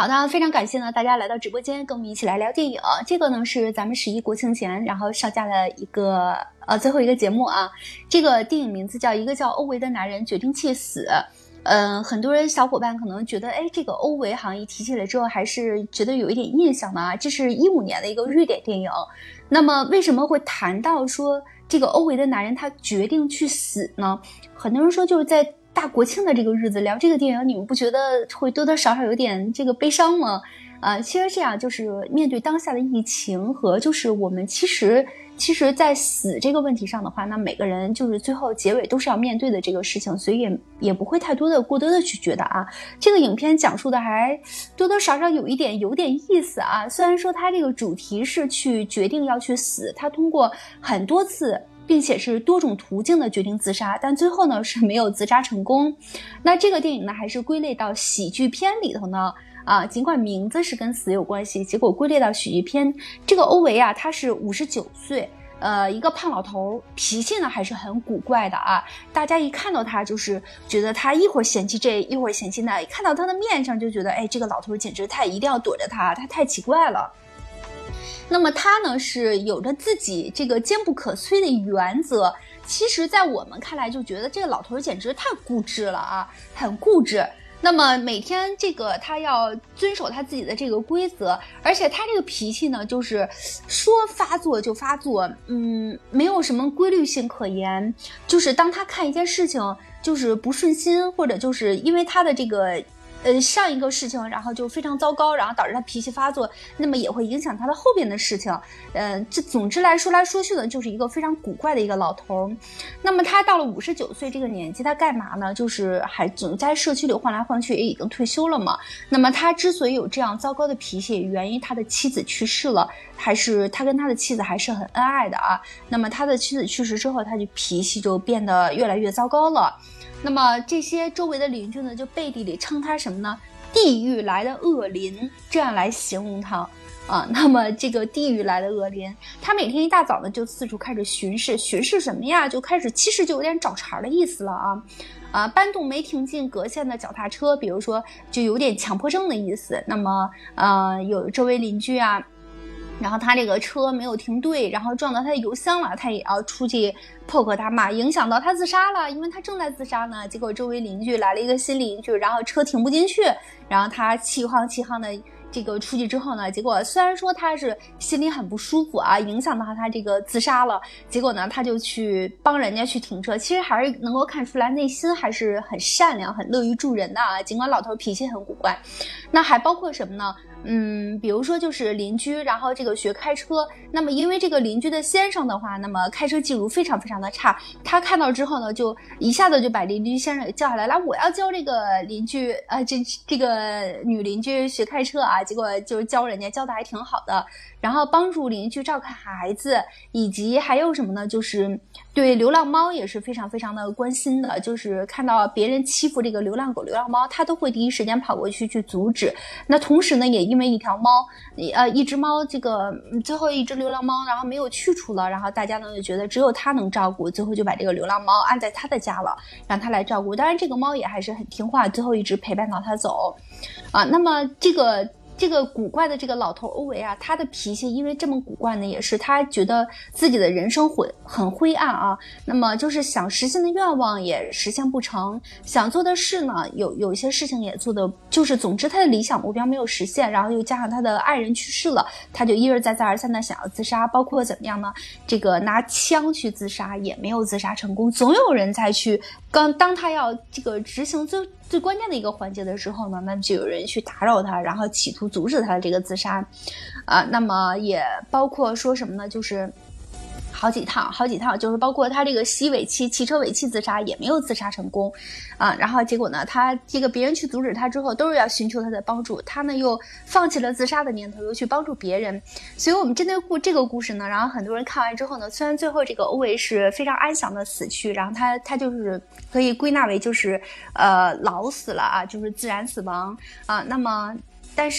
好的，非常感谢呢，大家来到直播间跟我们一起来聊电影。这个呢是咱们11国庆前然后上架的一个最后一个节目啊。这个电影名字叫一个叫欧维的男人决定去死。很多人小伙伴可能觉得，这个欧维好像一提起来之后还是觉得有一点印象的啊。这是15年的一个瑞典电影。那么为什么会谈到说这个欧维的男人他决定去死呢？很多人说就是在大国庆的这个日子聊这个电影，你们不觉得会多多少少有点这个悲伤吗？其实这样就是面对当下的疫情和就是我们其实在死这个问题上的话，那每个人就是最后结尾都是要面对的这个事情，所以也不会太多的过多的去觉得啊，这个影片讲述的还多多少少有点意思啊。虽然说它这个主题是去决定要去死，它通过很多次并且是多种途径的决定自杀，但最后呢是没有自杀成功。那这个电影呢还是归类到喜剧片里头呢尽管名字是跟死有关系，结果归类到喜剧片。这个欧维啊他是59岁，一个胖老头，脾气呢还是很古怪的啊。大家一看到他就是觉得他一会儿嫌弃这一会儿嫌弃那，一看到他的面上就觉得这个老头简直一定要躲着他太奇怪了。那么他呢是有着自己这个坚不可摧的原则，其实在我们看来就觉得这个老头简直太固执了啊，很固执。那么每天这个他要遵守他自己的这个规则，而且他这个脾气呢就是说发作就发作，没有什么规律性可言。就是当他看一件事情就是不顺心，或者就是因为他的这个上一个事情然后就非常糟糕，然后导致他脾气发作，那么也会影响他的后边的事情。这总之来说去的就是一个非常古怪的一个老头。那么他到了59岁这个年纪他干嘛呢？就是还总在社区里晃来晃去，也已经退休了嘛。那么他之所以有这样糟糕的脾气，源于他的妻子去世了，还是他跟他的妻子还是很恩爱的啊。那么他的妻子去世之后，他就脾气就变得越来越糟糕了。那么这些周围的邻居呢就背地里称他什么呢？地狱来的恶邻，这样来形容他啊。那么这个地狱来的恶邻，他每天一大早呢就四处开始巡视什么呀？就开始其实就有点找茬的意思了啊。搬动没停进隔线的脚踏车，比如说就有点强迫症的意思。那么有周围邻居啊，然后他这个车没有停对，然后撞到他的油箱了，他也要出去破口大骂，影响到他自杀了，因为他正在自杀呢。结果周围邻居来了一个新邻居，然后车停不进去，然后他气晃的这个出去之后呢，结果虽然说他是心里很不舒服啊，影响到他这个自杀了，结果呢他就去帮人家去停车，其实还是能够看出来内心还是很善良很乐于助人的啊，尽管老头脾气很古怪。那还包括什么呢？比如说就是邻居，然后这个学开车，那么因为这个邻居的先生的话，那么开车技术非常的差，他看到之后呢，就一下子就把邻居先生给叫下来，我要教这个邻居这个女邻居学开车啊，结果就是教人家教的还挺好的，然后帮助邻居照看孩子，以及还有什么呢？就是对流浪猫也是非常的关心的，就是看到别人欺负这个流浪狗流浪猫，他都会第一时间跑过去阻止。那同时呢也因为一条猫一只猫，这个最后一只流浪猫然后没有去处了，然后大家呢就觉得只有他能照顾，最后就把这个流浪猫安在他的家了，让他来照顾。当然这个猫也还是很听话，最后一直陪伴到他走那么这个古怪的这个老头欧维啊，他的脾气因为这么古怪呢，也是他觉得自己的人生很灰暗啊。那么就是想实现的愿望也实现不成，想做的事呢，有一些事情也做的，就是总之他的理想目标没有实现，然后又加上他的爱人去世了，他就一而再再而三的想要自杀，包括怎么样呢？这个拿枪去自杀也没有自杀成功，总有人再去当他要这个执行最关键的一个环节的时候呢，那就有人去打扰他，然后企图阻止他的这个自杀那么也包括说什么呢？就是好几趟，就是包括他这个汽车尾气自杀也没有自杀成功然后结果呢，他这个别人去阻止他之后，都是要寻求他的帮助，他呢又放弃了自杀的念头，又去帮助别人。所以我们针对这个故事呢，然后很多人看完之后呢，虽然最后这个欧维是非常安详的死去，然后他就是可以归纳为就是老死了就是自然死亡那么但是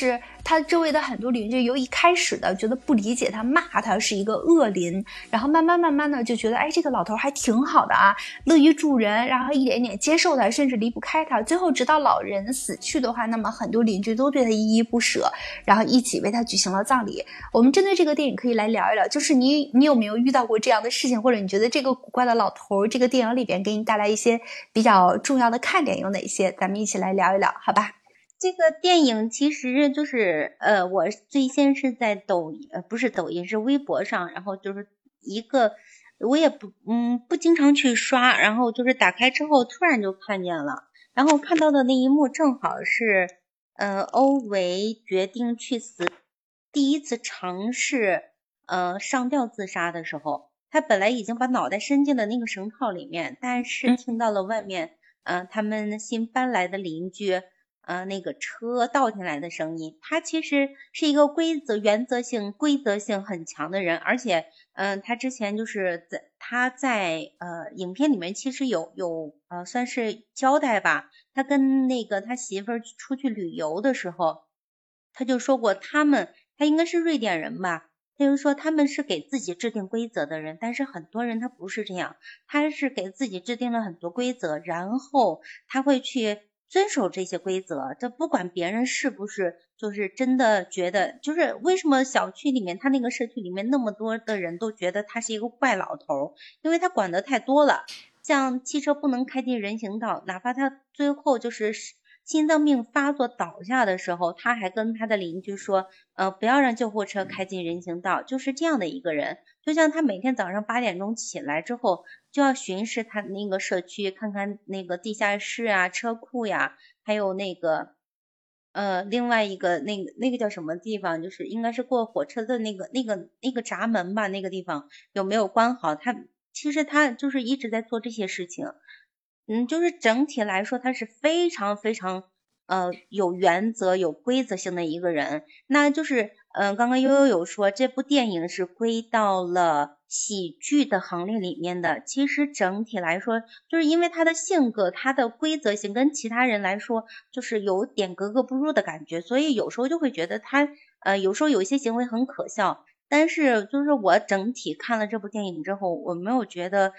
他周围的很多邻居由一开始的觉得不理解他，骂他是一个恶邻，然后慢慢的就觉得，哎，这个老头还挺好的啊，乐于助人，然后一点点接受他，甚至离不开他。最后直到老人死去的话，那么很多邻居都对他依依不舍，然后一起为他举行了葬礼。我们针对这个电影可以来聊一聊，就是你有没有遇到过这样的事情，或者你觉得这个古怪的老头这个电影里边给你带来一些比较重要的看点有哪些？咱们一起来聊一聊，好吧？ 这个电影其实就是我最先是在不是抖音，是微博上，然后就是一个我也不经常去刷，然后就是打开之后突然就看见了，然后看到的那一幕正好是欧维决定去死，第一次尝试上吊自杀的时候，他本来已经把脑袋伸进了那个绳套里面，但是听到了外面他们新搬来的邻居那个车倒进来的声音。他其实是一个原则性规则性很强的人，而且他之前就是他在影片里面其实有算是交代吧，他跟那个他媳妇儿出去旅游的时候，他就说过他应该是瑞典人吧，他就说他们是给自己制定规则的人，但是很多人他不是这样，他是给自己制定了很多规则，然后他会去遵守这些规则，这不管别人是不是就是真的觉得，就是为什么小区里面他那个社区里面那么多的人都觉得他是一个怪老头，因为他管得太多了，像汽车不能开进人行道，哪怕他最后就是心脏病发作倒下的时候，他还跟他的邻居说不要让救护车开进人行道，就是这样的一个人。就像他每天早上8点钟起来之后，就要巡视他那个社区，看看那个地下室啊、车库呀，还有那个另外一个那个叫什么地方，就是应该是过火车的那个闸门吧，那个地方有没有关好，其实他就是一直在做这些事情。就是整体来说他是非常非常有原则有规则性的一个人。那就是刚刚悠悠有说这部电影是归到了喜剧的行列里面的，其实整体来说就是因为他的性格他的规则性跟其他人来说就是有点格格不入的感觉，所以有时候就会觉得他有时候有一些行为很可笑，但是就是我整体看了这部电影之后，我没有觉得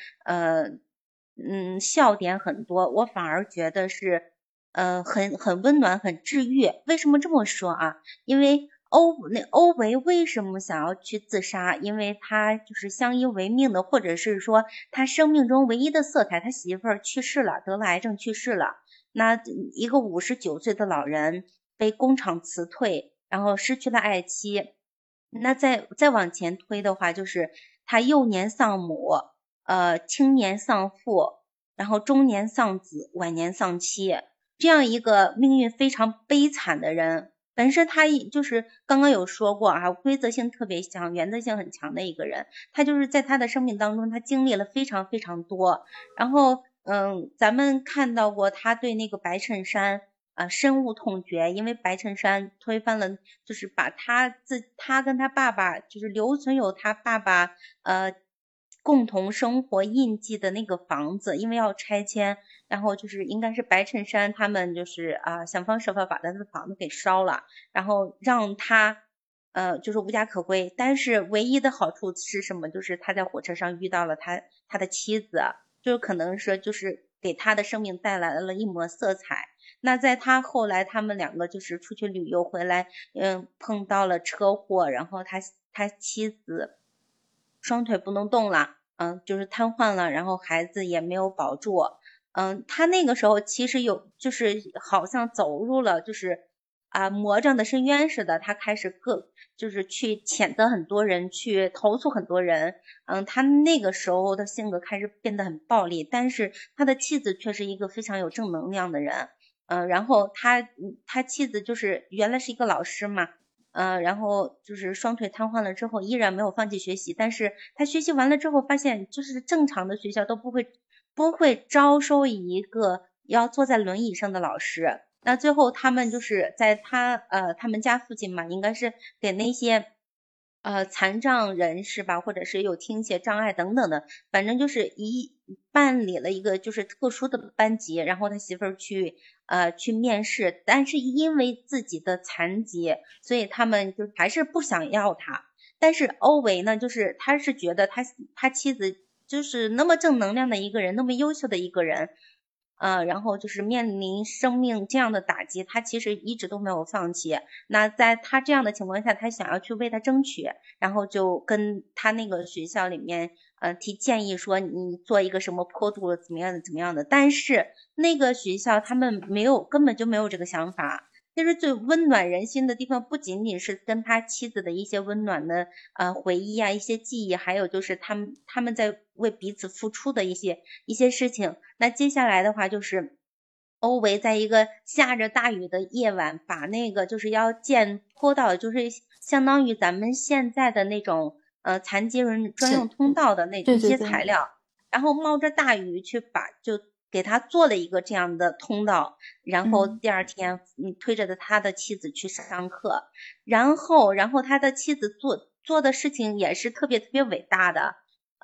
笑点很多，我反而觉得是很温暖很治愈。为什么这么说啊？因为欧维为什么想要去自杀？因为他就是相依为命的，或者是说他生命中唯一的色彩，他媳妇儿去世了，得了癌症去世了。那一个59岁的老人被工厂辞退，然后失去了爱妻。那再往前推的话，就是他幼年丧母，青年丧父，然后中年丧子，晚年丧妻，这样一个命运非常悲惨的人。本身他就是刚刚有说过啊，规则性特别强，原则性很强的一个人。他就是在他的生命当中，他经历了非常非常多。然后咱们看到过他对那个白衬衫深恶痛绝，因为白衬衫推翻了，就是把他跟他爸爸就是留存有他爸爸共同生活印记的那个房子，因为要拆迁，然后就是应该是白衬衫他们就是想方设法把他的房子给烧了，然后让他就是无家可归。但是唯一的好处是什么？就是他在火车上遇到了他的妻子，就是可能是就是给他的生命带来了一抹色彩。那在他后来他们两个就是出去旅游回来，碰到了车祸，然后他妻子双腿不能动了，就是瘫痪了，然后孩子也没有保住。他那个时候其实就是好像走入了就是魔障的深渊似的，他开始就是去谴责很多人，去投诉很多人。他那个时候的性格开始变得很暴力，但是他的妻子却是一个非常有正能量的人。然后他妻子就是原来是一个老师嘛，然后就是双腿瘫痪了之后依然没有放弃学习，但是他学习完了之后发现就是正常的学校都不会招收一个要坐在轮椅上的老师。那最后他们就是在他们家附近嘛，应该是给那些残障人士吧，或者是有听写障碍等等的，反正就是办理了一个就是特殊的班级，然后他媳妇儿去面试，但是因为自己的残疾，所以他们就还是不想要他。但是欧维呢，就是他是觉得他妻子就是那么正能量的一个人，那么优秀的一个人。然后就是面临生命这样的打击，他其实一直都没有放弃。那在他这样的情况下，他想要去为他争取，然后就跟他那个学校里面提建议说，你做一个什么坡度怎么样的怎么样的。但是那个学校他们根本就没有这个想法。其实最温暖人心的地方，不仅仅是跟他妻子的一些温暖的回忆啊，一些记忆，还有就是他们在为彼此付出的一些事情。那接下来的话就是欧维在一个下着大雨的夜晚，把那个就是要建坡道，就是相当于咱们现在的那种残疾人专用通道的那一些材料，然后冒着大雨去就给他做了一个这样的通道，然后第二天推着他的妻子去上课，然后他的妻子做的事情也是特别特别伟大的。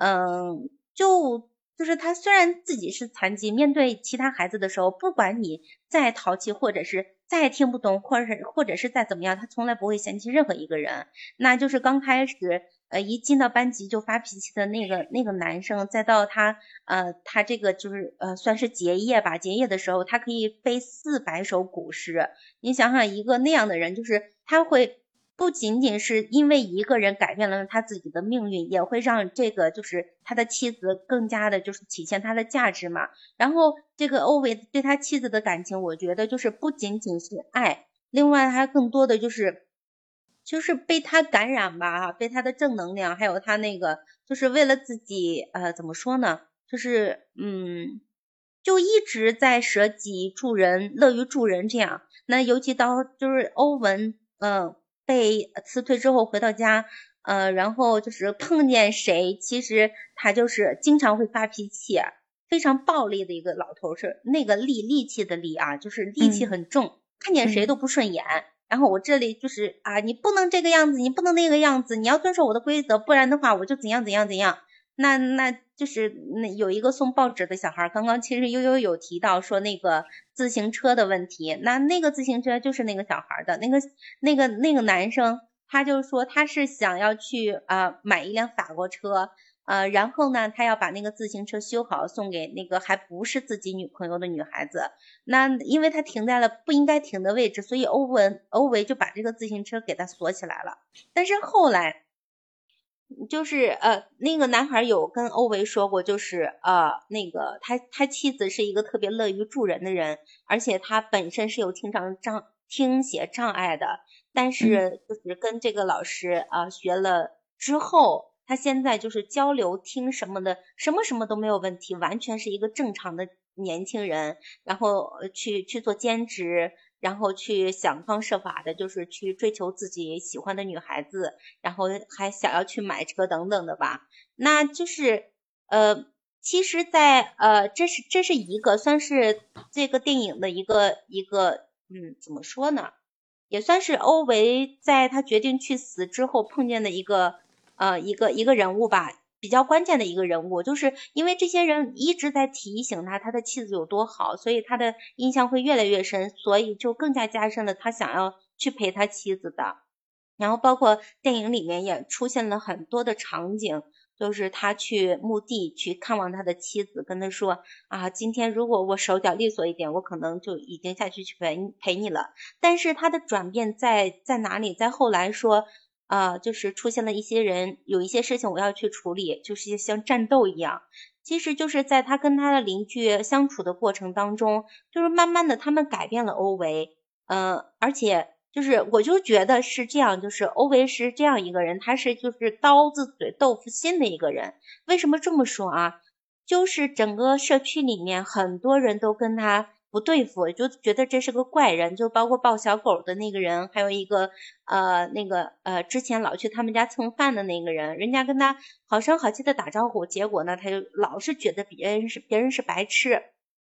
就是他虽然自己是残疾，面对其他孩子的时候，不管你再淘气，或者是再听不懂，或者是再怎么样，他从来不会嫌弃任何一个人。那就是刚开始一进到班级就发脾气的那个男生，再到他这个就是算是结业吧，结业的时候他可以背400首古诗。你想想一个那样的人，就是他会不仅仅是因为一个人改变了他自己的命运，也会让这个就是他的妻子更加的就是体现他的价值嘛。然后这个欧维对他妻子的感情，我觉得就是不仅仅是爱，另外还更多的就是被他感染吧，被他的正能量，还有他那个就是为了自己怎么说呢，就是就一直在舍己助人，乐于助人这样。那尤其到就是欧文被辞退之后回到家，然后就是碰见谁，其实他就是经常会发脾气，非常暴力的一个老头，是那个戾气的戾啊，就是戾气很重，看见谁都不顺眼。然后我这里就是你不能这个样子，你不能那个样子，你要遵守我的规则，不然的话我就怎样怎样怎样。那就是有一个送报纸的小孩，刚刚其实悠悠有提到说那个自行车的问题，那个自行车就是那个小孩的，那个男生，他就说他是想要去买一辆法国车，然后呢他要把那个自行车修好送给那个还不是自己女朋友的女孩子。那因为他停在了不应该停的位置，所以欧维就把这个自行车给他锁起来了。但是后来就是那个男孩有跟欧维说过，就是那个他妻子是一个特别乐于助人的人，而且他本身是有听写障碍的，但是就是跟这个老师学了之后，他现在就是交流听什么的什么都没有问题，完全是一个正常的年轻人，然后去做兼职，然后去想方设法的就是去追求自己喜欢的女孩子，然后还想要去买车等等的吧。那就是其实在这是一个算是这个电影的一个怎么说呢，也算是欧维在他决定去死之后碰见的一个人物吧，比较关键的一个人物。就是因为这些人一直在提醒他的妻子有多好，所以他的印象会越来越深，所以就更加加深了他想要去陪他妻子的。然后包括电影里面也出现了很多的场景，就是他去墓地去看望他的妻子，跟他说今天如果我手脚利索一点，我可能就已经下去陪你了。但是他的转变在哪里？在后来说就是出现了一些人，有一些事情我要去处理，就是像战斗一样。其实就是在他跟他的邻居相处的过程当中，就是慢慢的他们改变了欧维，而且就是我就觉得是这样，就是欧维是这样一个人，他是就是刀子嘴豆腐心的一个人。为什么这么说啊？就是整个社区里面很多人都跟他不对付，就觉得这是个怪人，就包括抱小狗的那个人，还有一个之前老去他们家蹭饭的那个人，人家跟他好声好气的打招呼，结果呢他就老是觉得别人是白痴。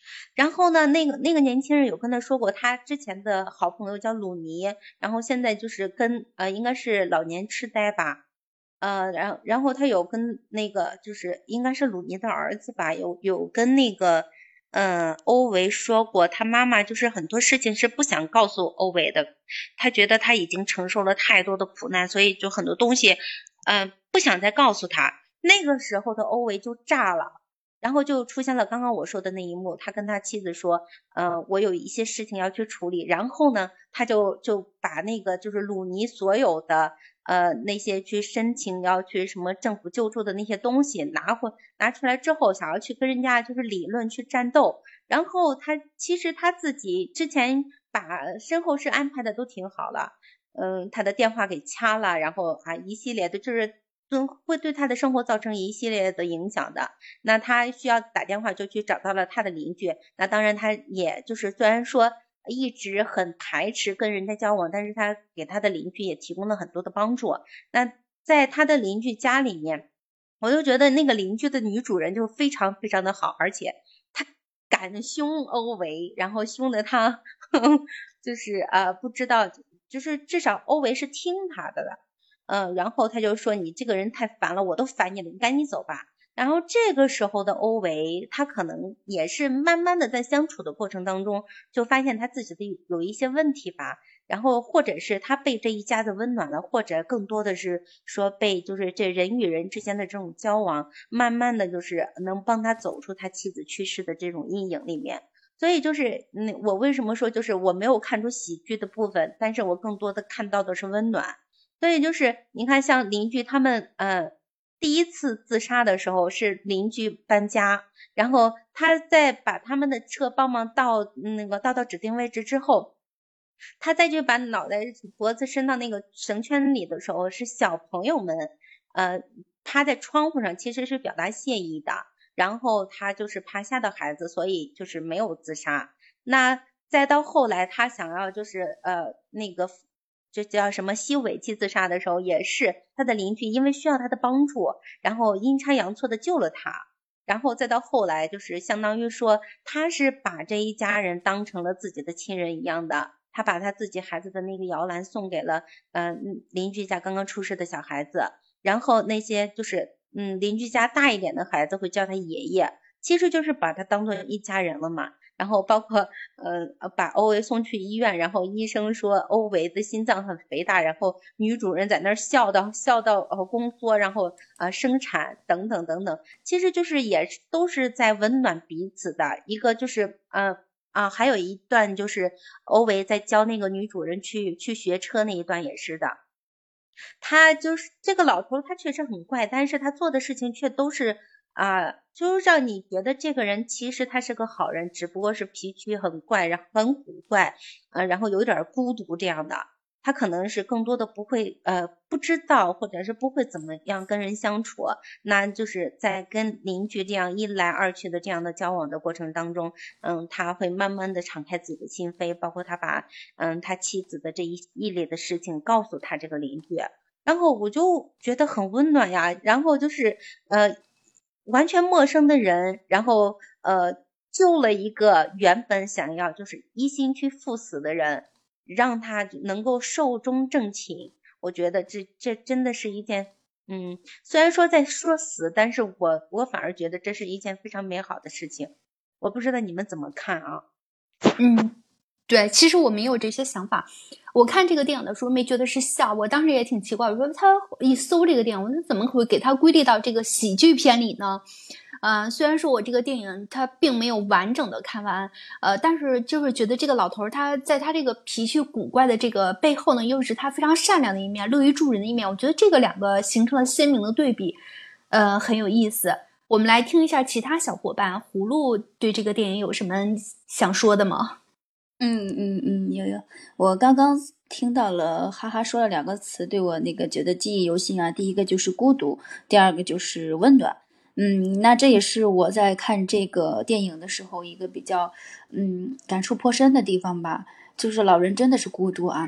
然后呢，那个年轻人有跟他说过，他之前的好朋友叫鲁尼，然后现在就是跟应该是老年痴呆吧。然后他有跟那个就是应该是鲁尼的儿子吧，有跟那个欧维说过，他妈妈就是很多事情是不想告诉欧维的，他觉得他已经承受了太多的苦难，所以就很多东西不想再告诉他。那个时候的欧维就炸了。然后就出现了刚刚我说的那一幕，他跟他妻子说，我有一些事情要去处理。然后呢，他就把那个就是鲁尼所有的那些去申请要去什么政府救助的那些东西拿出来之后，想要去跟人家就是理论去战斗。然后其实他自己之前把身后事安排的都挺好了，他的电话给掐了，然后一系列的就是会对他的生活造成一系列的影响的。那他需要打电话就去找到了他的邻居，那当然他也就是虽然说一直很排斥跟人家交往，但是他给他的邻居也提供了很多的帮助。那在他的邻居家里面，我就觉得那个邻居的女主人就非常非常的好，而且她敢凶欧维，然后凶的他就是不知道，就是至少欧维是听他的了。然后他就说你这个人太烦了，我都烦你了，你赶紧走吧。然后这个时候的欧维，他可能也是慢慢的在相处的过程当中，就发现他自己的有一些问题吧。然后或者是他被这一家子温暖了，或者更多的是说被就是这人与人之间的这种交往，慢慢的就是能帮他走出他妻子去世的这种阴影里面。所以就是我为什么说就是我没有看出喜剧的部分，但是我更多的看到的是温暖。所以就是你看像邻居他们第一次自杀的时候是邻居搬家，然后他在把他们的车帮忙倒到指定位置之后，他再去把脑袋脖子伸到那个绳圈里的时候，是小朋友们趴在窗户上其实是表达谢意的，然后他就是怕吓到孩子，所以就是没有自杀。那再到后来他想要就是那个这叫什么吸尾气自杀的时候，也是他的邻居因为需要他的帮助，然后阴差阳错的救了他。然后再到后来就是相当于说他是把这一家人当成了自己的亲人一样的，他把他自己孩子的那个摇篮送给了邻居家刚刚出世的小孩子，然后那些就是邻居家大一点的孩子会叫他爷爷，其实就是把他当做一家人了嘛。然后包括把欧维送去医院，然后医生说欧维的心脏很肥大，然后女主人在那儿笑到宫缩，然后生产等等等等，其实就是也都是在温暖彼此的一个就是还有一段就是欧维在教那个女主人去学车那一段也是的。他就是这个老头，他确实很怪，但是他做的事情却都是就让你觉得这个人其实他是个好人，只不过是脾气很怪，然后很古怪，然后有点孤独这样的。他可能是更多的不知道，或者是不会怎么样跟人相处，那就是在跟邻居这样一来二去的这样的交往的过程当中，他会慢慢的敞开自己的心扉，包括他把他妻子的这一系列的事情告诉他这个邻居，然后我就觉得很温暖呀。然后就是完全陌生的人，然后救了一个原本想要就是一心去赴死的人，让他能够寿终正寝。我觉得这真的是一件虽然说在说死，但是我反而觉得这是一件非常美好的事情。我不知道你们怎么看啊？ 对，其实我没有这些想法。我看这个电影的时候没觉得是笑，我当时也挺奇怪，我说他一搜这个电影，我说怎么会给他归类到这个喜剧片里呢？虽然说我这个电影它并没有完整的看完，但是就是觉得这个老头他在他这个脾气古怪的这个背后呢，又是他非常善良的一面，乐于助人的一面。我觉得这个两个形成了鲜明的对比，很有意思。我们来听一下其他小伙伴葫芦对这个电影有什么想说的吗？ 有，我刚刚听到了哈哈说了2个词，对我那个觉得记忆犹新啊。第一个就是孤独，第二个就是温暖。那这也是我在看这个电影的时候一个比较感触颇深的地方吧。就是老人真的是孤独啊，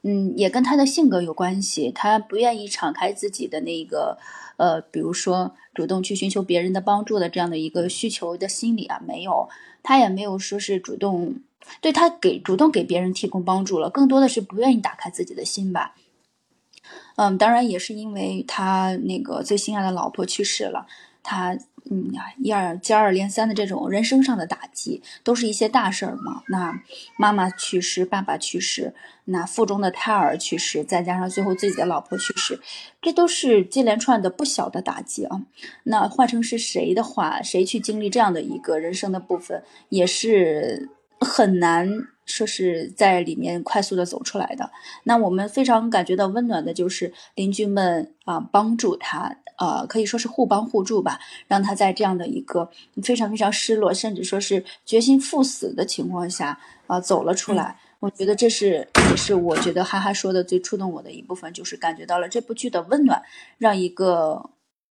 也跟他的性格有关系，他不愿意敞开自己的那个比如说主动去寻求别人的帮助的这样的一个需求的心理啊，没有，他也没有说是主动主动给别人提供帮助了，更多的是不愿意打开自己的心吧。当然也是因为他那个最心爱的老婆去世了，他接二连三的这种人生上的打击，都是一些大事儿嘛。那妈妈去世，爸爸去世，那腹中的胎儿去世，再加上最后自己的老婆去世，这都是接连串的不小的打击啊。那换成是谁的话，谁去经历这样的一个人生的部分，也是很难说是在里面快速的走出来的。那我们非常感觉到温暖的就是邻居们帮助他，可以说是互帮互助吧，让他在这样的一个非常非常失落，甚至说是决心赴死的情况下走了出来。我觉得这也是我觉得哈哈说的最触动我的一部分，就是感觉到了这部剧的温暖，让一个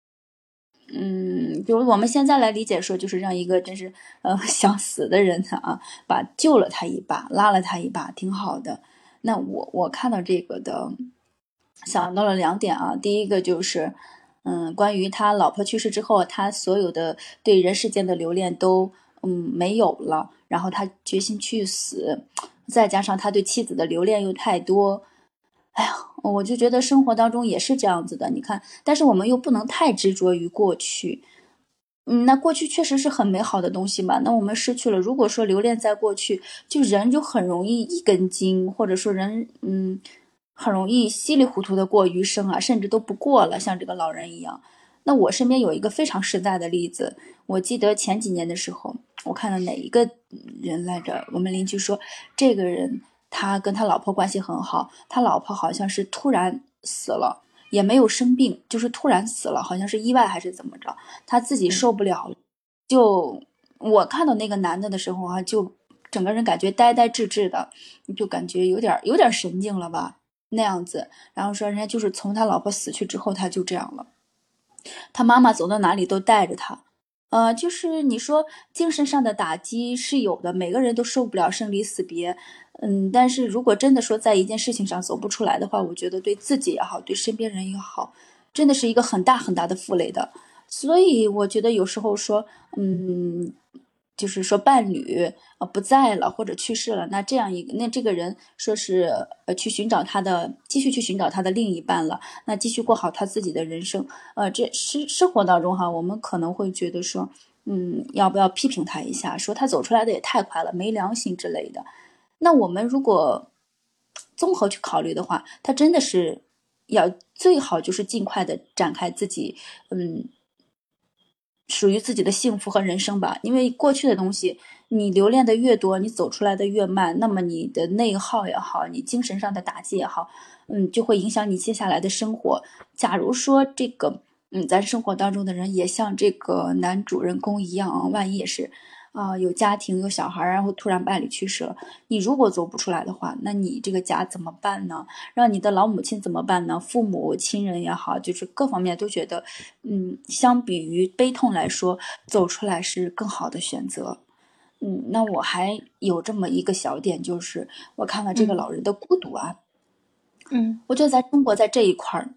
比如我们现在来理解说，就是让一个真是想死的人救了他一把，拉了他一把，挺好的。那我看到这个的，想到了2点啊。第一个就是关于他老婆去世之后，他所有的对人世间的留恋都没有了，然后他决心去死，再加上他对妻子的留恋又太多。哎呀，我就觉得生活当中也是这样子的，你看，但是我们又不能太执着于过去。那过去确实是很美好的东西嘛，那我们失去了，如果说留恋在过去，人就很容易一根筋，或者说人很容易稀里糊涂的过余生啊，甚至都不过了，像这个老人一样。那我身边有一个非常实在的例子，我记得前几年的时候，我看到哪一个人来着，我们邻居说这个人他跟他老婆关系很好，他老婆好像是突然死了，也没有生病，就是突然死了，好像是意外还是怎么着，他自己受不了了。就我看到那个男的的时候就整个人感觉呆呆滞滞的，就感觉有点神经了吧那样子。然后说人家就是从他老婆死去之后他就这样了，他妈妈走到哪里都带着他。就是你说精神上的打击是有的，每个人都受不了生离死别。但是如果真的说在一件事情上走不出来的话，我觉得对自己也好，对身边人也好，真的是一个很大很大的负累的。所以我觉得有时候说，就是说伴侣不在了或者去世了，那这个人说是继续去寻找他的另一半了，那继续过好他自己的人生。这生活当中我们可能会觉得说，要不要批评他一下，说他走出来的也太快了，没良心之类的。那我们如果综合去考虑的话，他真的是最好就是尽快的展开自己属于自己的幸福和人生吧。因为过去的东西你留恋的越多，你走出来的越慢，那么你的内耗也好，你精神上的打击也好，就会影响你接下来的生活。假如说这个咱生活当中的人也像这个男主人公一样万一也是有家庭有小孩，然后突然伴侣去世了，你如果走不出来的话，那你这个家怎么办呢？让你的老母亲怎么办呢？父母亲人也好，就是各方面都觉得相比于悲痛来说，走出来是更好的选择。那我还有这么一个小点，就是我看了这个老人的孤独我觉得在中国在这一块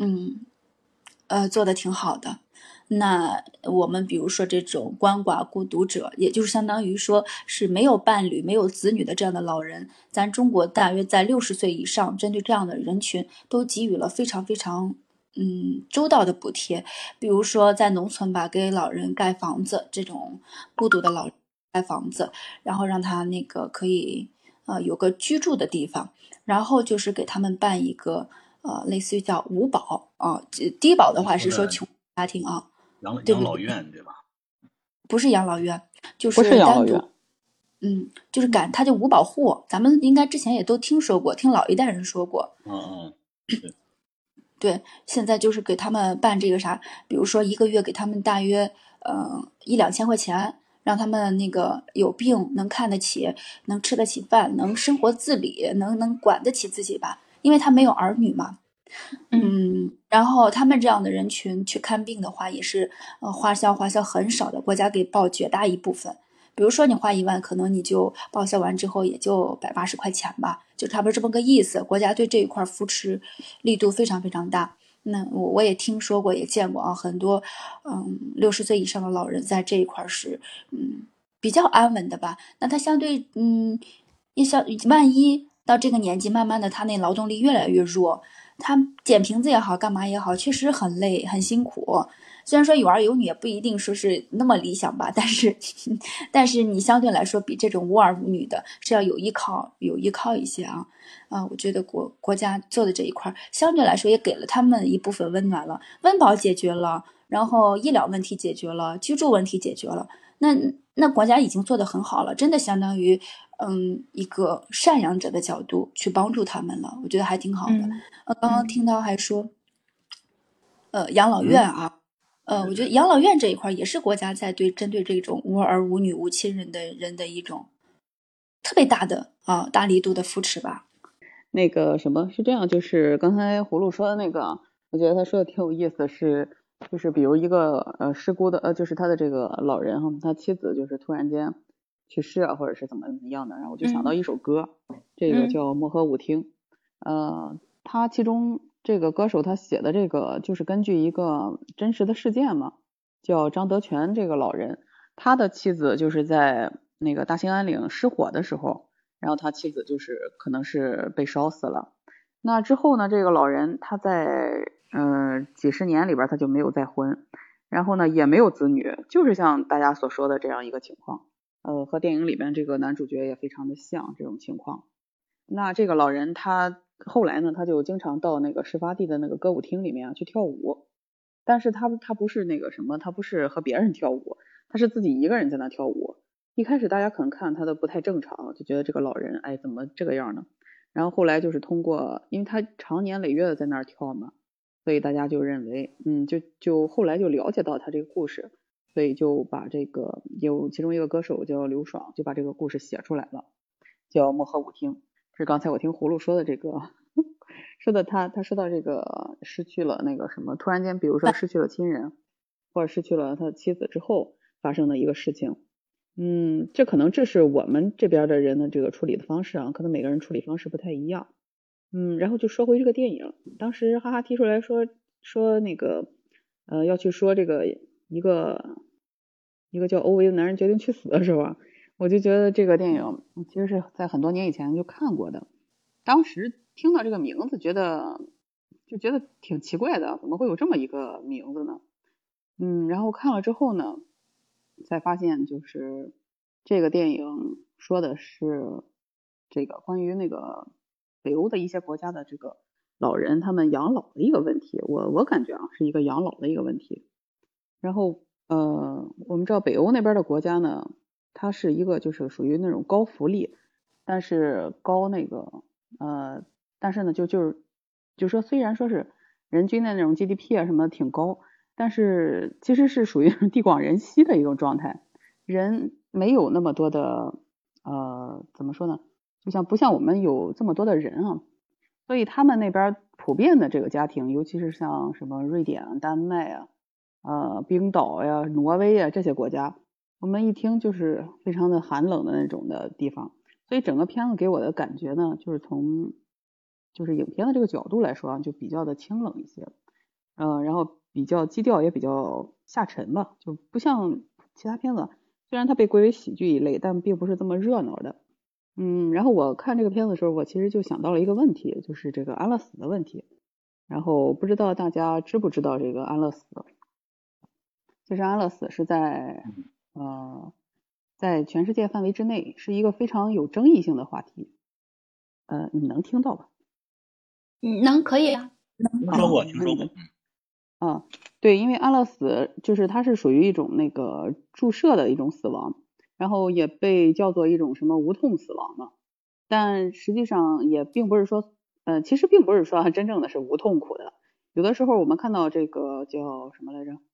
做的挺好的。那我们比如说这种鳏寡孤独者，也就是相当于说是没有伴侣没有子女的这样的老人，咱中国大约在60岁以上，针对这样的人群都给予了非常非常周到的补贴。比如说在农村吧，给老人盖房子，这种孤独的老人盖房子，然后让他那个可以有个居住的地方，然后就是给他们办一个类似于叫五保低保的话是说穷家庭养老院对吧？ 不是养老院， 就是单独就是他就五保户，咱们应该之前也都听说过，听老一代人说过。对，现在就是给他们办这个啥，比如说一个月给他们大约1-2千块钱，让他们那个有病能看得起，能吃得起饭，能生活自理，能管得起自己吧，因为他没有儿女嘛。然后他们这样的人群去看病的话，也是花销很少的，国家给报绝大一部分。 比如说你花1万，可能你就报销完之后也就180块钱吧，就差不多这么个意思。国家对这一块扶持力度非常非常大。那我也听说过，也见过啊，很多60岁以上的老人在这一块是比较安稳的吧。那他相对万一到这个年纪，慢慢的他那劳动力越来越弱，他捡瓶子也好，干嘛也好，确实很累很辛苦。虽然说有儿有女也不一定说是那么理想吧，但是你相对来说比这种无儿无女的是要有依靠一些啊。我觉得国家做的这一块相对来说也给了他们一部分温暖了，温饱解决了，然后医疗问题解决了，居住问题解决了，那国家已经做得很好了，真的相当于一个赡养者的角度去帮助他们了，我觉得还挺好的。刚刚听到还说养老院啊。我觉得养老院这一块也是国家在针对这种无儿无女无亲人的人的一种特别大的大力度的扶持吧。 那个什么是这样，就是刚才葫芦说的那个，我觉得他说的挺有意思的是，就是比如一个失孤的就是他的这个老人哈，他妻子就是突然间去世啊，或者是怎么样的，然后我就想到一首歌，这个叫《漠河舞厅》，他其中这个歌手他写的这个就是根据一个真实的事件嘛，叫张德全这个老人，他的妻子就是在那个大兴安岭失火的时候，然后他妻子就是可能是被烧死了。那之后呢，这个老人他在几十年里边他就没有再婚，然后呢也没有子女，就是像大家所说的这样一个情况，和电影里边这个男主角也非常的像这种情况。那这个老人他后来呢，他就经常到那个事发地的那个歌舞厅里面去跳舞，但是他不是那个什么，他不是和别人跳舞，他是自己一个人在那跳舞。一开始大家可能看他的不太正常，就觉得这个老人哎怎么这个样呢？然后后来就是通过，因为他长年累月的在那儿跳嘛，所以大家就认为就后来就了解到他这个故事，所以就把这个有其中一个歌手叫刘爽，就把这个故事写出来了，叫《漠河舞厅》。这是刚才我听葫芦说的这个说的他说到这个失去了那个什么，突然间比如说失去了亲人或者失去了他妻子之后发生的一个事情。这可能这是我们这边的人的这个处理的方式啊，可能每个人处理方式不太一样。然后就说回这个电影，当时哈哈提出来说那个要去说这个一个叫欧维的男人决定去死的时候啊，我就觉得这个电影其实是在很多年以前就看过的，当时听到这个名字就觉得挺奇怪的，怎么会有这么一个名字呢？然后看了之后呢，才发现就是这个电影说的是这个关于那个北欧的一些国家的这个老人他们养老的一个问题，我感觉是一个养老的一个问题。然后我们知道北欧那边的国家呢，它是一个就是属于那种高福利，但是高那个但是呢就是说虽然说是人均的那种 GDP 啊什么挺高，但是其实是属于地广人稀的一种状态，人没有那么多的怎么说呢，不像我们有这么多的人啊，所以他们那边普遍的这个家庭，尤其是像什么瑞典、丹麦冰岛呀、挪威呀这些国家，我们一听就是非常的寒冷的那种的地方，所以整个片子给我的感觉呢，就是从就是影片的这个角度来说啊，就比较的清冷一些，然后比较基调也比较下沉吧，就不像其他片子，虽然它被归为喜剧一类，但并不是这么热闹的。然后我看这个片子的时候，我其实就想到了一个问题，就是这个安乐死的问题。然后不知道大家知不知道这个安乐死？其实安乐死是在全世界范围之内是一个非常有争议性的话题。你们能听到吧？ 能，可以啊。 听说过。 对，因为安乐死就是它是属于一种那个注射的一种死亡，然后也被叫做一种什么无痛死亡嘛。但实际上也并不是说，其实并不是说真正的是无痛苦的。有的时候我们看到这个叫什么来着？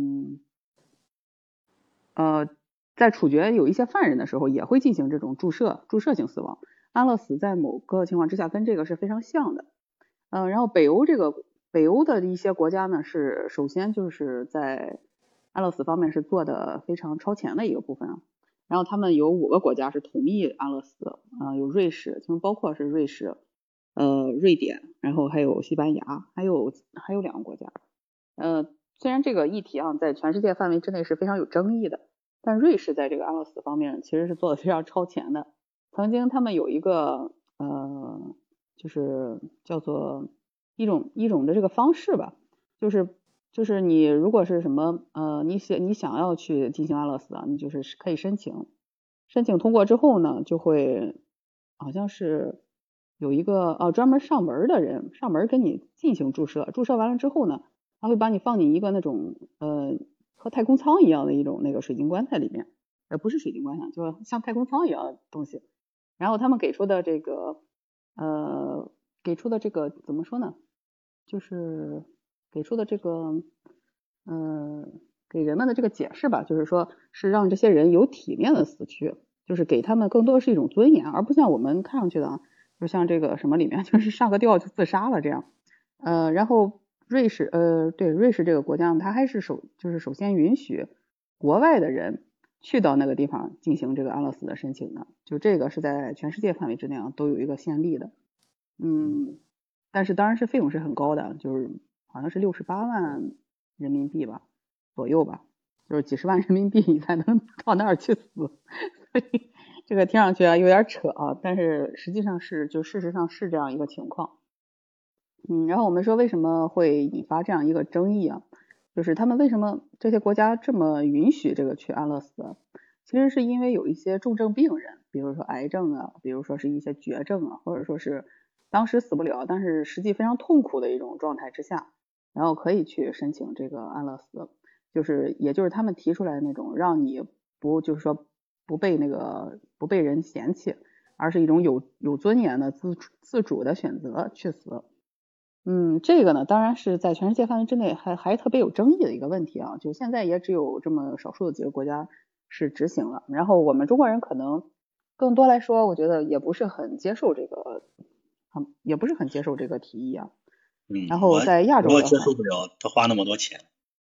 在处决有一些犯人的时候，也会进行这种注射性死亡。安乐死在某个情况之下跟这个是非常像的。然后北欧的一些国家呢，是首先就是在安乐死方面是做的非常超前的一个部分啊。 然后他们有5个国家是同意安乐死，有瑞士，其中包括是瑞士、瑞典，然后还有西班牙，还有2个国家。虽然这个议题啊在全世界范围之内是非常有争议的，但瑞士在这个安乐死方面其实是做的非常超前的。曾经他们有一个就是叫做一种的这个方式吧，就是你如果是什么你想要去进行安乐死啊，你就是可以申请通过之后呢，就会好像是有一个专门上门的人上门给你进行注射完了之后呢，他会把你放进一个那种和太空舱一样的一种那个水晶棺材里面，不是水晶棺材，就像太空舱一样的东西。然后他们给出的这个怎么说呢，就是给出的这个给人们的这个解释吧，就是说是让这些人有体面的死去，就是给他们更多是一种尊严，而不像我们看上去的就像这个什么里面就是上个吊就自杀了这样。然后瑞士这个国家它还是首先允许国外的人去到那个地方进行这个安乐死的申请的，就这个是在全世界范围之内都有一个先例的。但是当然是费用是很高的，就是好像是68万人民币吧左右吧，就是几十万人民币你才能到那儿去死，所以这个听上去有点扯啊，但是实际上事实上是这样一个情况。然后我们说为什么会引发这样一个争议啊，就是他们为什么这些国家这么允许这个去安乐死，其实是因为有一些重症病人，比如说癌症啊，比如说是一些绝症啊，或者说是当时死不了但是实际非常痛苦的一种状态之下，然后可以去申请这个安乐死，也就是他们提出来的那种让你不被人嫌弃，而是一种有尊严的自主的选择去死。这个呢当然是在全世界范围之内还特别有争议的一个问题啊，就现在也只有这么少数的几个国家是执行了，然后我们中国人可能更多来说我觉得也不是很接受这个提议啊。然后在亚洲的话， 我接受不了他花那么多钱。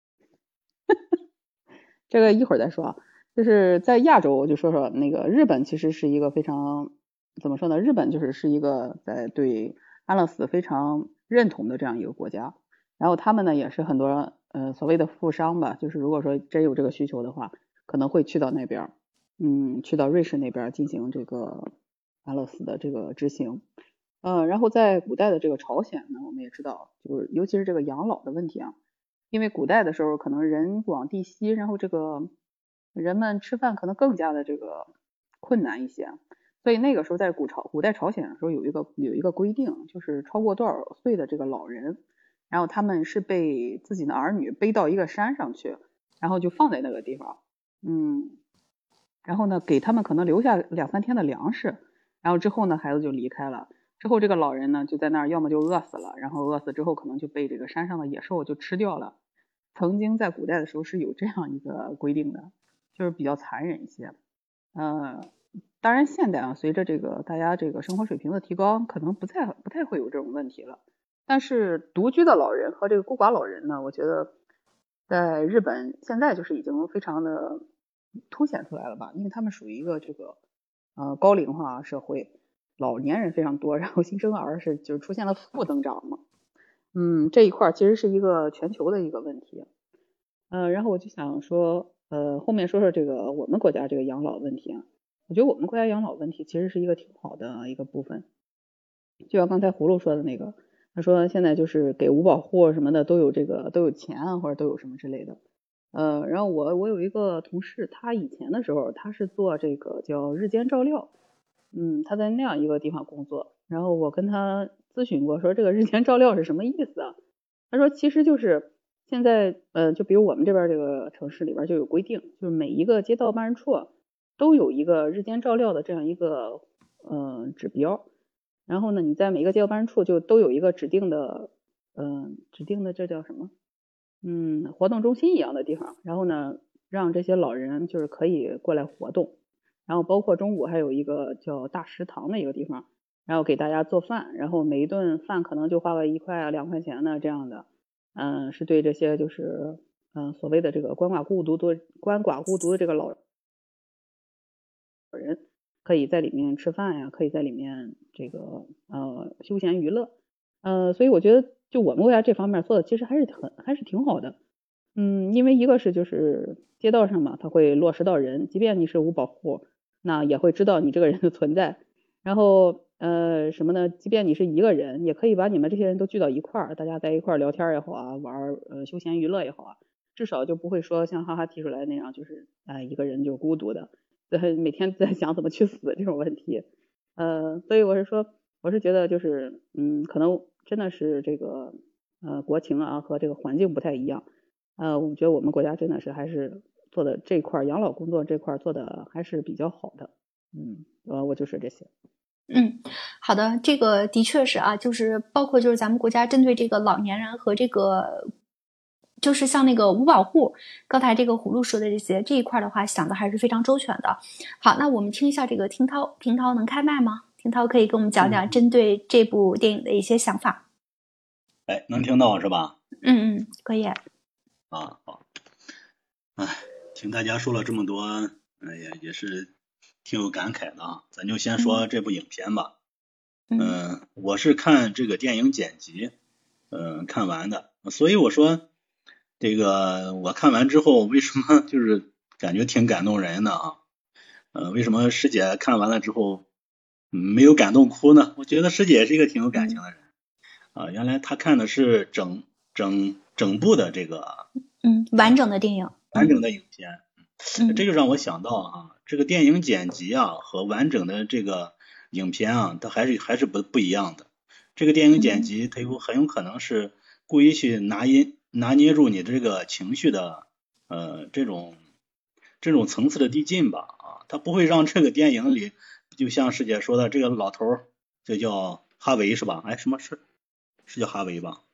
这个一会儿再说啊。就是在亚洲我就说说那个日本，其实是一个非常怎么说呢，日本是一个在对安乐死非常认同的这样一个国家，然后他们呢也是很多所谓的富商吧，就是如果说真有这个需求的话，可能会去到那边去到瑞士那边进行这个安乐死的这个执行。然后在古代的这个朝鲜呢，我们也知道，就是尤其是这个养老的问题啊，因为古代的时候可能人往地稀，然后这个人们吃饭可能更加的这个困难一些，所以那个时候在古代朝鲜的时候有一个规定，就是超过多少岁的这个老人，然后他们是被自己的儿女背到一个山上去，然后就放在那个地方，然后呢给他们可能留下2-3天的粮食，然后之后呢孩子就离开了，之后这个老人呢就在那儿要么就饿死了，然后饿死之后可能就被这个山上的野兽就吃掉了。曾经在古代的时候是有这样一个规定的，就是比较残忍一些。当然现代啊，随着这个大家这个生活水平的提高，可能不太会有这种问题了。但是独居的老人和这个孤寡老人呢，我觉得在日本现在就是已经非常的凸显出来了吧，因为他们属于一个这个高龄化社会，老年人非常多，然后新生儿就出现了负增长嘛。这一块其实是一个全球的一个问题。然后我就想说后面说说这个我们国家这个养老问题啊，我觉得我们国家养老问题其实是一个挺好的一个部分，就像刚才葫芦说的那个，他说现在就是给五保户什么的都有钱啊，或者都有什么之类的。然后我有一个同事，他以前的时候他是做这个叫日间照料，他在那样一个地方工作，然后我跟他咨询过，说这个日间照料是什么意思啊？他说其实就是现在就比如我们这边这个城市里边就有规定，就是每一个街道办事处都有一个日间照料的这样一个指标，然后呢你在每个街道办事处就都有一个指定的这叫什么活动中心一样的地方，然后呢让这些老人就是可以过来活动，然后包括中午还有一个叫大食堂的一个地方，然后给大家做饭，然后每一顿饭可能就花个1块啊2块钱的这样的，是对这些就是所谓的这个鳏寡孤独的这个老人人可以在里面吃饭呀，可以在里面这个休闲娱乐。所以我觉得就我们国家这方面做的其实还是挺好的。因为一个是就是街道上嘛，它会落实到人，即便你是无保护，那也会知道你这个人的存在。然后什么呢？即便你是一个人，也可以把你们这些人都聚到一块儿，大家在一块儿聊天也好啊，玩休闲娱乐也好啊，至少就不会说像哈哈提出来那样，就是一个人就孤独的，每天在想怎么去死这种问题。所以我是觉得就是可能真的是这个国情啊和这个环境不太一样。我觉得我们国家真的是还是做的这块养老工作这块做的还是比较好的。我就说这些。 好的，这个的确是啊，就是包括就是咱们国家针对这个老年人和这个就是像那个无保护，刚才这个葫芦说的这一块的话，想的还是非常周全的。好，那我们听一下这个听涛能开麦吗？听涛可以跟我们讲讲针对这部电影的一些想法。 能听到是吧？ 可以。 好。听大家说了这么多，也是挺有感慨的啊。咱就先说这部影片吧。我是看这个电影剪辑，看完的，所以我说这个我看完之后为什么就是感觉挺感动人的啊？为什么师姐看完了之后没有感动哭呢？我觉得师姐也是一个挺有感情的人啊。原来她看的是整部的这个完整的电影， 完整的影片。这就让我想到啊，这个电影剪辑啊和完整的这个影片啊，它还是不一样的。这个电影剪辑它很有可能是故意去拿捏住你这个情绪的这种层次的递进吧啊，它不会让这个电影里就像师姐说的这个老头这叫哈维是吧？什么是叫哈维吧？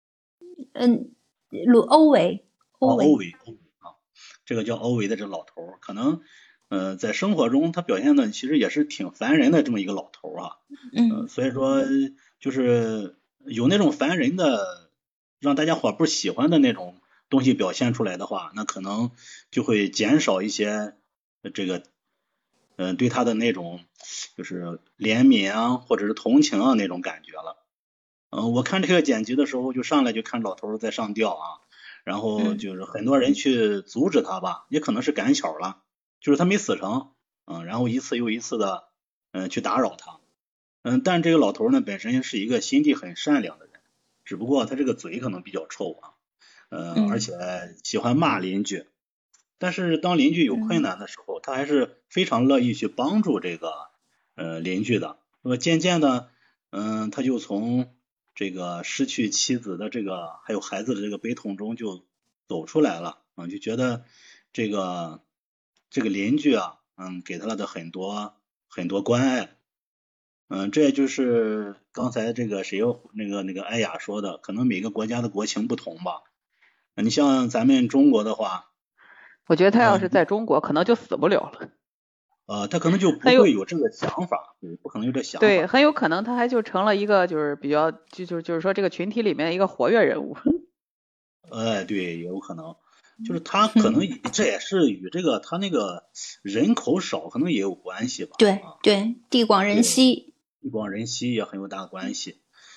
欧维啊，这个叫欧维的这老头可能在生活中他表现的其实也是挺烦人的这么一个老头啊。所以说就是有那种烦人的让大家伙不喜欢的那种东西表现出来的话，那可能就会减少一些这个对他的那种就是怜悯啊或者是同情啊那种感觉了。我看这个剪辑的时候就上来就看老头在上吊啊，然后就是很多人去阻止他吧，也可能是赶巧了，就是他没死成，然后一次又一次的去打扰他。但这个老头呢本身是一个心地很善良的人，只不过他这个嘴可能比较臭啊，而且喜欢骂邻居。但是当邻居有困难的时候，他还是非常乐意去帮助这个邻居的。那么渐渐的，他就从这个失去妻子的这个还有孩子的这个悲痛中就走出来了啊，就觉得这个邻居啊，给他了的很多关爱。这也就是刚才这个那个艾雅说的，可能每个国家的国情不同吧。你像咱们中国的话， 我觉得他要是在中国，可能就死不了了。 他可能就不会有这个想法，不可能有这想法。 对，很有可能他还就成了一个就是比较就是说这个群体里面一个活跃人物。 对，也有可能，就是他可能这也是与这个他那个人口少可能也有关系吧。 对，地广人稀， 地广人稀也很有大关系。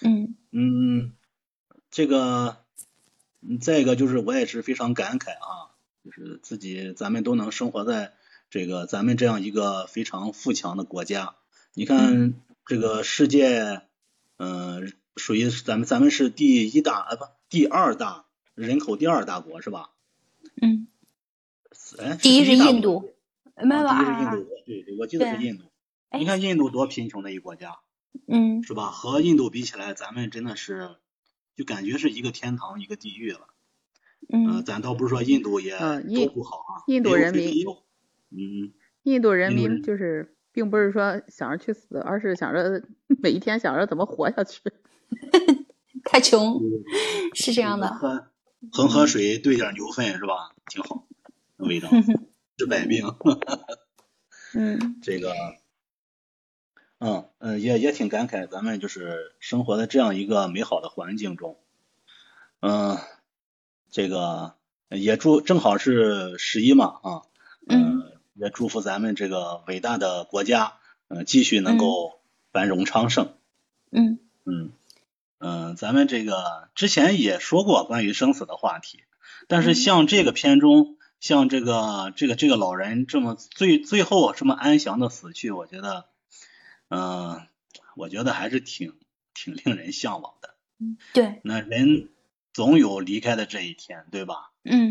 这个再一个就是我也是非常感慨啊，就是咱们都能生活在这个咱们这样一个非常富强的国家。你看这个世界属于咱们是第二大人口第二大国是吧？ 第一是印度， 没有对，我记得是印度。你看印度多贫穷的一个国家，是吧？和印度比起来，咱们真的是就感觉是一个天堂一个地狱了。咱倒不是说印度也都不好啊， 印度人民就是并不是说想着去死，而是想着每一天想着怎么活下去。 太穷，是这样的。 恒河水兑点牛粪是吧？挺好，味道治百病。这个也挺感慨，咱们就是生活在这样一个美好的环境中。这个也正好是11嘛啊， 也祝福咱们这个伟大的国家，继续能够繁荣昌盛。咱们这个之前也说过关于生死的话题，但是像这个片中，像这个老人这么最后这么安详的死去，我觉得还是挺令人向往的。 对， 那人总有离开的这一天，对吧？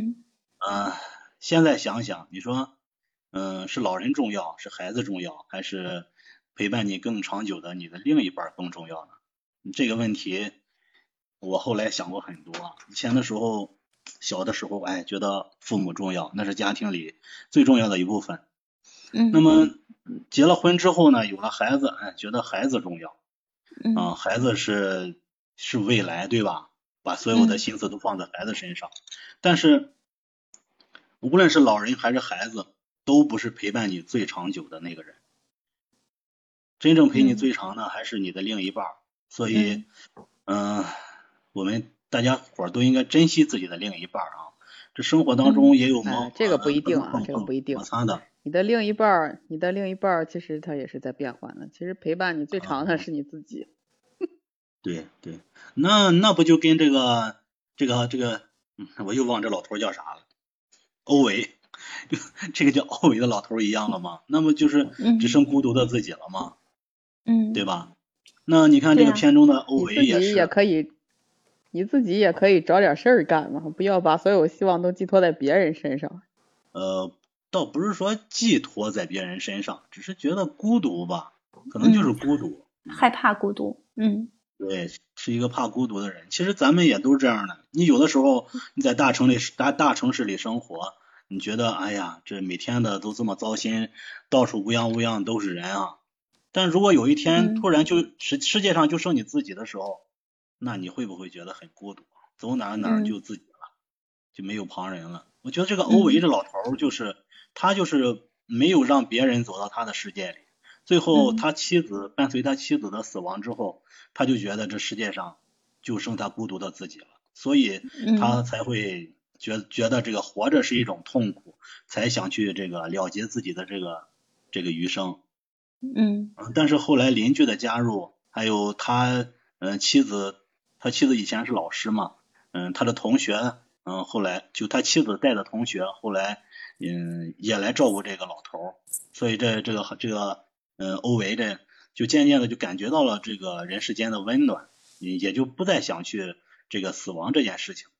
现在想想，你说是老人重要，是孩子重要，还是陪伴你更长久的你的另一半更重要呢？这个问题我后来想过很多。以前的时候，小的时候觉得父母重要，那是家庭里最重要的一部分。那么结了婚之后呢，有了孩子，觉得孩子重要。孩子是未来，对吧？把所有的心思都放在孩子身上。但是无论是老人还是孩子，都不是陪伴你最长久的那个人。真正陪你最长的还是你的另一半。所以我们大家伙都应该珍惜自己的另一半啊。这生活当中也有这个不一定啊，这个不一定。 摩擦的。 你的另一半其实他也是在变换的。其实陪伴你最长的是你自己。 对，那不就跟这个我又忘这老头叫啥了，欧维，这个叫欧维的老头一样了吗？那么就是只剩孤独的自己了吗？对吧？那你看这个片中的欧维也是， 你自己也可以找点事儿干嘛，不要把所有希望都寄托在别人身上。 倒不是说寄托在别人身上，只是觉得孤独吧，可能就是孤独， 害怕孤独。 对，是一个怕孤独的人。其实咱们也都是这样的。你有的时候你在大城市里生活，你觉得哎呀，这每天的都这么糟心，到处乌泱都是人啊。但如果有一天突然就世界上就剩你自己的时候，那你会不会觉得很孤独？走哪就自己了，就没有旁人了。我觉得这个欧维这老头他就是没有让别人走到他的世界里。最后伴随他妻子的死亡之后，他就觉得这世界上就剩他孤独的自己了，所以他才会觉得这个活着是一种痛苦，才想去这个了结自己的这个余生。但是后来邻居的加入，还有他妻子以前是老师嘛，他的同学，后来就他妻子带的同学，后来也来照顾这个老头，所以这个欧维这就渐渐的就感觉到了这个人世间的温暖，也就不再想去这个死亡这件事情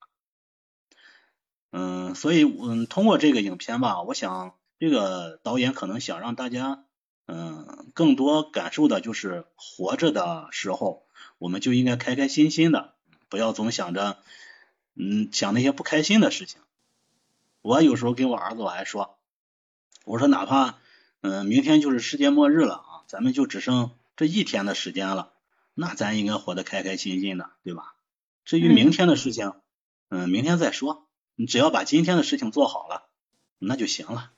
了。所以通过这个影片吧，我想这个导演可能想让大家更多感受的就是活着的时候我们就应该开开心心的，不要总想着想那些不开心的事情。我有时候跟我儿子我还说，我说哪怕明天就是世界末日了啊，咱们就只剩这一天的时间了，那咱应该活得开开心心的，对吧？至于明天的事情明天再说，你只要把今天的事情做好了那就行了。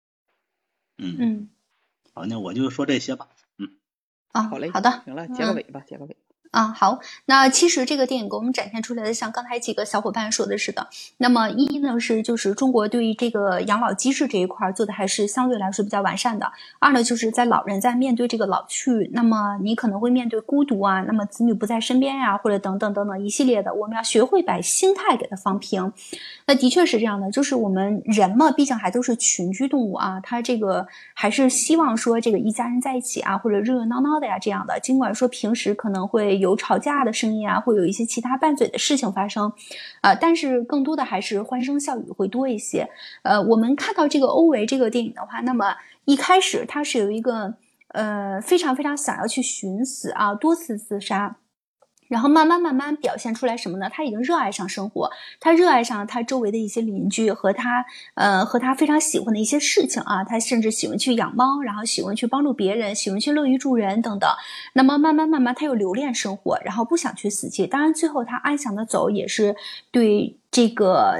好，那我就说这些吧。 好嘞， 好的， 行了，结个尾吧。 好，那其实这个电影给我们展现出来的，像刚才几个小伙伴说的是的，那么一呢就是中国对于这个养老机制这一块做的还是相对来说比较完善的。二呢就是在老人在面对这个老去，那么你可能会面对孤独啊，那么子女不在身边呀，或者等等一系列的，我们要学会把心态给它放平。那的确是这样的，就是我们人嘛，毕竟还都是群居动物啊，他这个还是希望说这个一家人在一起啊，或者热热闹闹的呀这样的，尽管说平时可能会有吵架的声音啊，会有一些其他拌嘴的事情发生但是更多的还是欢声笑语会多一些。我们看到这个欧维这个电影的话，那么一开始他是有一个非常非常想要去寻死啊，多次自杀，然后慢慢表现出来什么呢？他已经热爱上生活，他热爱上他周围的一些邻居和他非常喜欢的一些事情啊，他甚至喜欢去养猫，然后喜欢去帮助别人，喜欢去乐于助人等等。那么慢慢他又留恋生活，然后不想去死去。当然最后他安详的走，也是对这个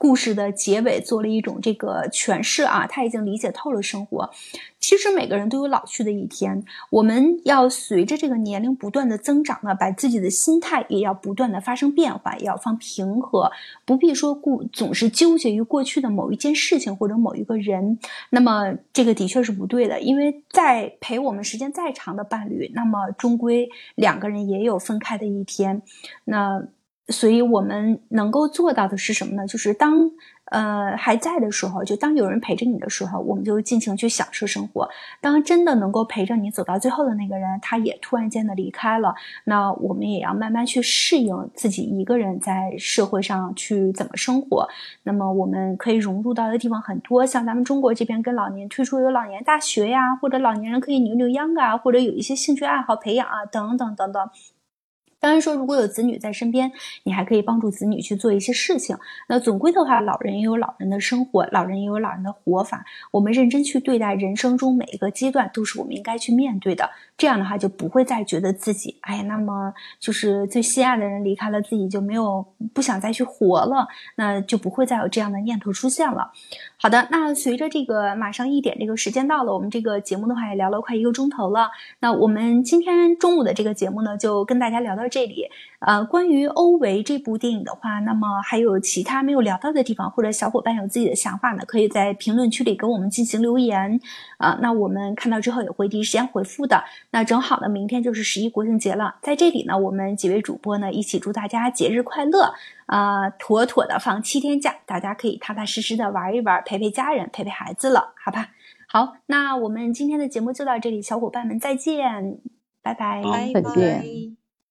故事的结尾做了一种这个诠释啊，他已经理解透了生活。其实每个人都有老去的一天，我们要随着这个年龄不断的增长呢，把自己的心态也要不断的发生变化，也要放平和，不必说总是纠结于过去的某一件事情或者某一个人。那么这个的确是不对的，因为在陪我们时间再长的伴侣，那么终归两个人也有分开的一天。那所以我们能够做到的是什么呢？就是当还在的时候，就当有人陪着你的时候，我们就尽情去享受生活。当真的能够陪着你走到最后的那个人，他也突然间的离开了，那我们也要慢慢去适应自己一个人在社会上去怎么生活。那么我们可以融入到的地方很多，像咱们中国这边跟老年推出有老年大学呀，或者老年人可以扭扭秧啊，或者有一些兴趣爱好培养啊，等等等等。当然说如果有子女在身边，你还可以帮助子女去做一些事情。那总归的话，老人也有老人的生活，老人也有老人的活法，我们认真去对待人生中每一个阶段都是我们应该去面对的。这样的话就不会再觉得自己那么就是最心爱的人离开了，自己就没有不想再去活了，那就不会再有这样的念头出现了。好的，那随着这个马上1点这个时间到了，我们这个节目的话也聊了快1个钟头了。那我们今天中午的这个节目呢，就跟大家聊到这里。关于欧维这部电影的话，那么还有其他没有聊到的地方，或者小伙伴有自己的想法呢，可以在评论区里给我们进行留言。那我们看到之后也会第一时间回复的。那正好呢，明天就是11国庆节了，在这里呢，我们几位主播呢一起祝大家节日快乐，妥妥的放7天假，大家可以踏踏实实的玩一玩，陪陪家人，陪陪孩子了，好吧？好，那我们今天的节目就到这里，小伙伴们再见，拜拜， 再见。